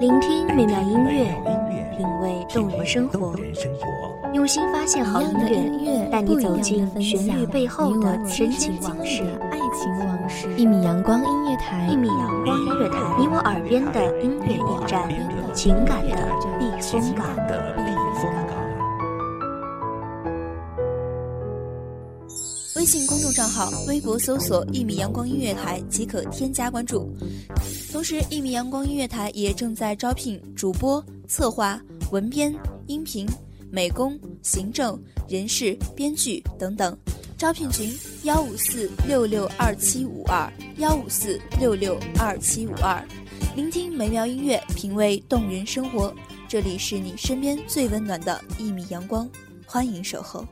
聆听美妙音乐，品味动人生活，用心发现好音乐，带你走进旋律背后的深情往事。 爱情往事。一米阳光音乐台， 一米阳光音乐台，你我耳边的音乐驿站，情感的避风港。 微信公众账号、微博搜索“一米阳光音乐台”即可添加关注。同时，一米阳光音乐台也正在招聘主播、策划、文编、音频、美工、行政、人事、编剧等等。招聘群154662752，154662752。聆听美妙音乐，品味动人生活。这里是你身边最温暖的一米阳光，欢迎守候。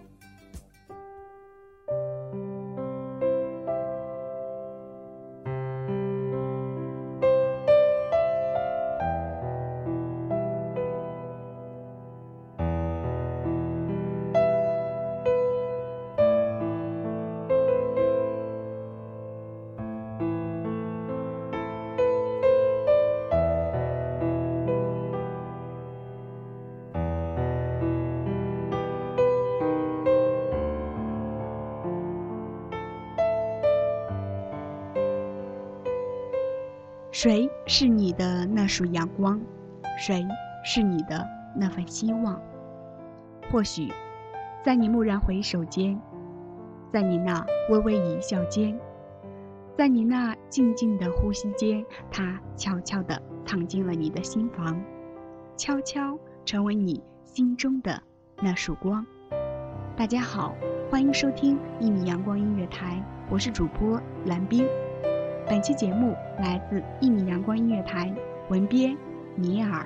谁是你的那束阳光？谁是你的那份希望？或许在你蓦然回首间，在你那微微一笑间，在你那静静的呼吸间，它悄悄地藏进了你的心房，悄悄成为你心中的那束光。大家好，欢迎收听一米阳光音乐台，我是主播蓝冰。本期节目来自一米阳光音乐台，文编尼尔。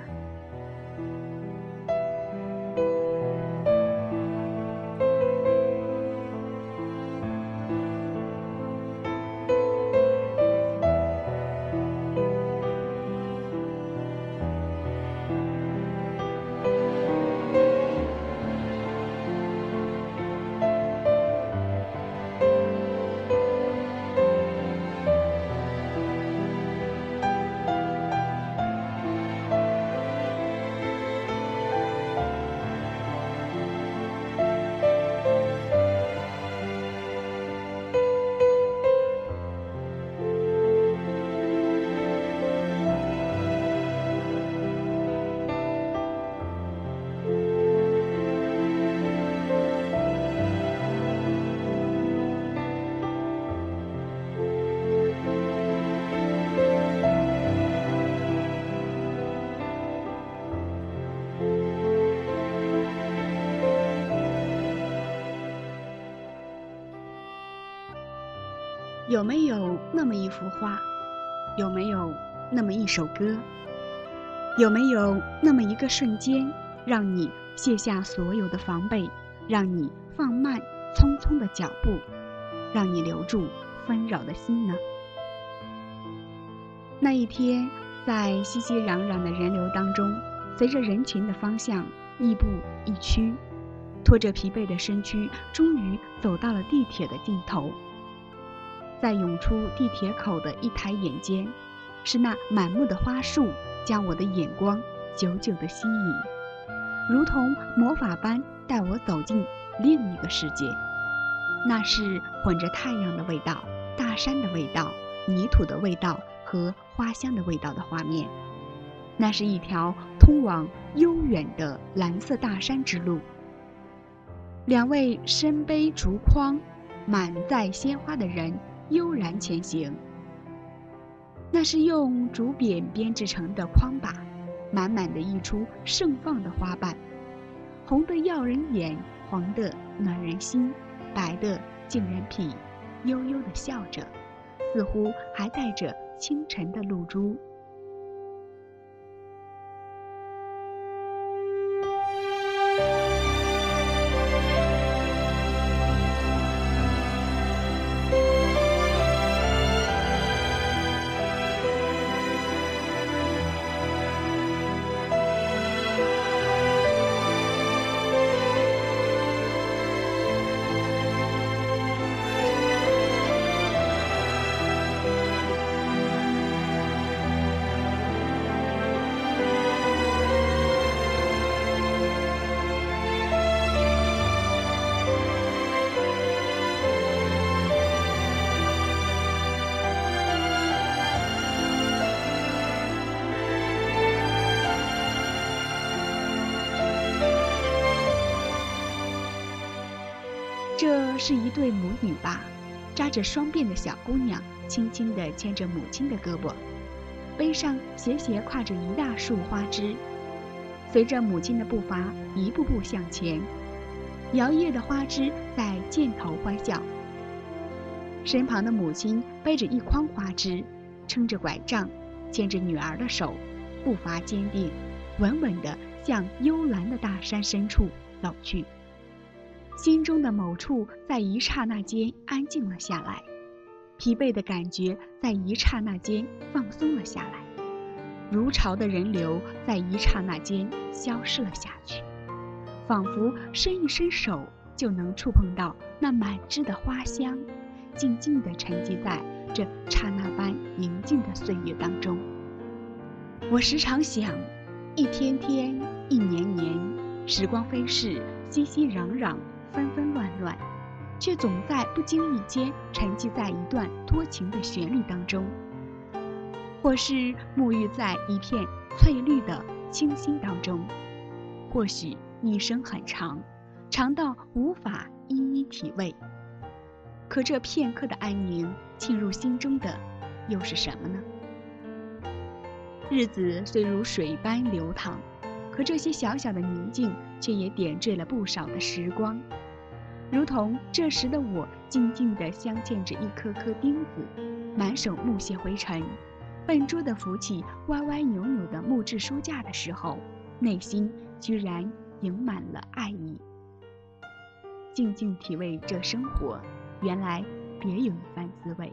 有没有那么一幅画？有没有那么一首歌？有没有那么一个瞬间，让你卸下所有的防备，让你放慢匆匆的脚步，让你留住纷扰的心呢？那一天，在熙熙攘攘的人流当中，随着人群的方向亦步亦趋，拖着疲惫的身躯，终于走到了地铁的尽头。在涌出地铁口的一抬眼间，是那满目的花束将我的眼光久久地吸引，如同魔法般带我走进另一个世界。那是混着太阳的味道、大山的味道、泥土的味道和花香的味道的画面。那是一条通往悠远的蓝色大山之路。两位身背竹筐、满载鲜花的人悠然前行。那是用竹匾编制成的筐把，满满的溢出盛放的花瓣，红的耀人眼，黄的暖人心，白的沁人脾，悠悠地笑着，似乎还带着清晨的露珠。 过是一对母女吧，扎着双辫的小姑娘轻轻地牵着母亲的胳膊，背上斜斜挎着一大束花枝，随着母亲的步伐一步步向前，摇曳的花枝在肩头欢笑。身旁的母亲背着一筐花枝，撑着拐杖，牵着女儿的手，步伐坚定，稳稳地向幽蓝的大山深处走去。心中的某处在一刹那间安静了下来，疲惫的感觉在一刹那间放松了下来，如潮的人流在一刹那间消失了下去，仿佛伸一伸手就能触碰到那满枝的花香，静静地沉寂在这刹那般宁静的岁月当中。我时常想，一天天，一年年，时光飞逝，熙熙攘攘，纷纷乱乱，却总在不经意间沉寂在一段多情的旋律当中，或是沐浴在一片翠绿的清新当中。或许一生很长，长到无法一一体味，可这片刻的安宁沁入心中的又是什么呢？日子虽如水般流淌，可这些小小的宁静却也点缀了不少的时光，如同这时的我静静地镶嵌着一颗颗钉子，满手木屑灰尘，笨拙地扶起歪歪扭扭的木质书架的时候，内心居然盈满了爱意。静静体味这生活，原来别有一番滋味。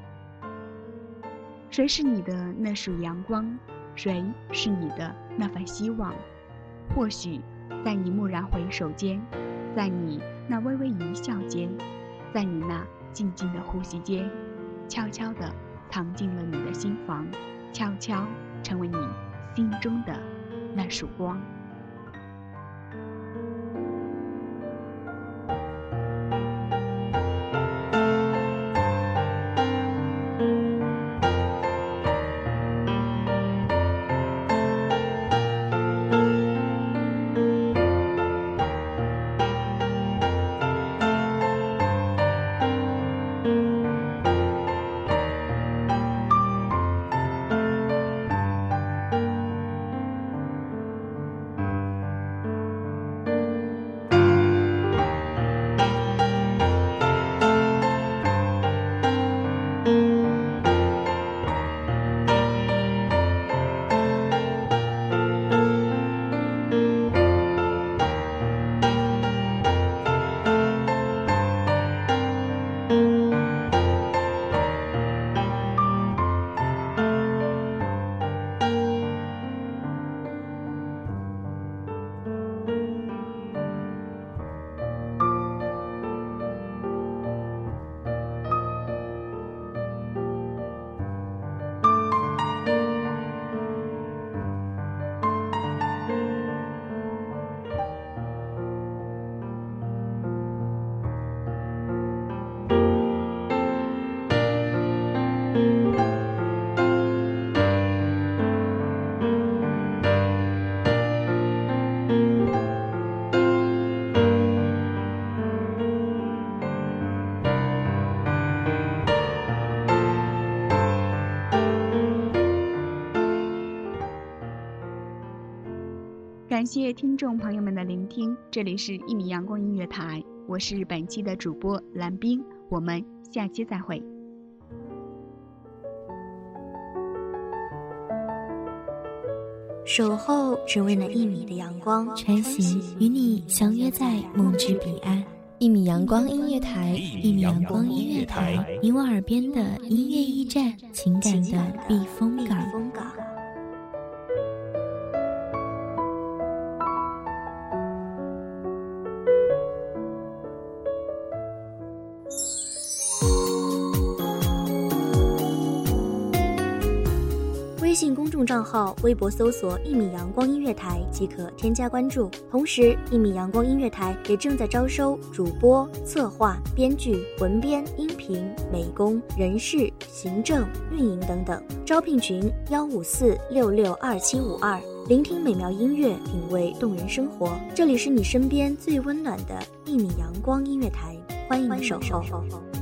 谁是你的那束阳光？谁是你的那份希望？或许在你蓦然回首间，在你那微微一笑间，在你那静静的呼吸间，悄悄地藏进了你的心房，悄悄成为你心中的那束光。感谢听众朋友们的聆听，这里是1米阳光音乐台，我是本期的主播蓝冰，我们下期再会。 守候只为那1米的阳光， 穿行与你相约在梦之彼岸。1米阳光音乐台，1米阳光音乐台，你我耳边的音乐驿站，情感的避风港。 微信公众众账号微博搜索1米阳光音乐台即可添加关注。同时1米阳光音乐台也正在招收主播、策划、编剧、文编、音频、美工、人事、行政、运营等等，招聘群154662752，聆听美妙音乐，品味动人生活。这里是你身边最温暖的1米阳光音乐台，欢迎守候。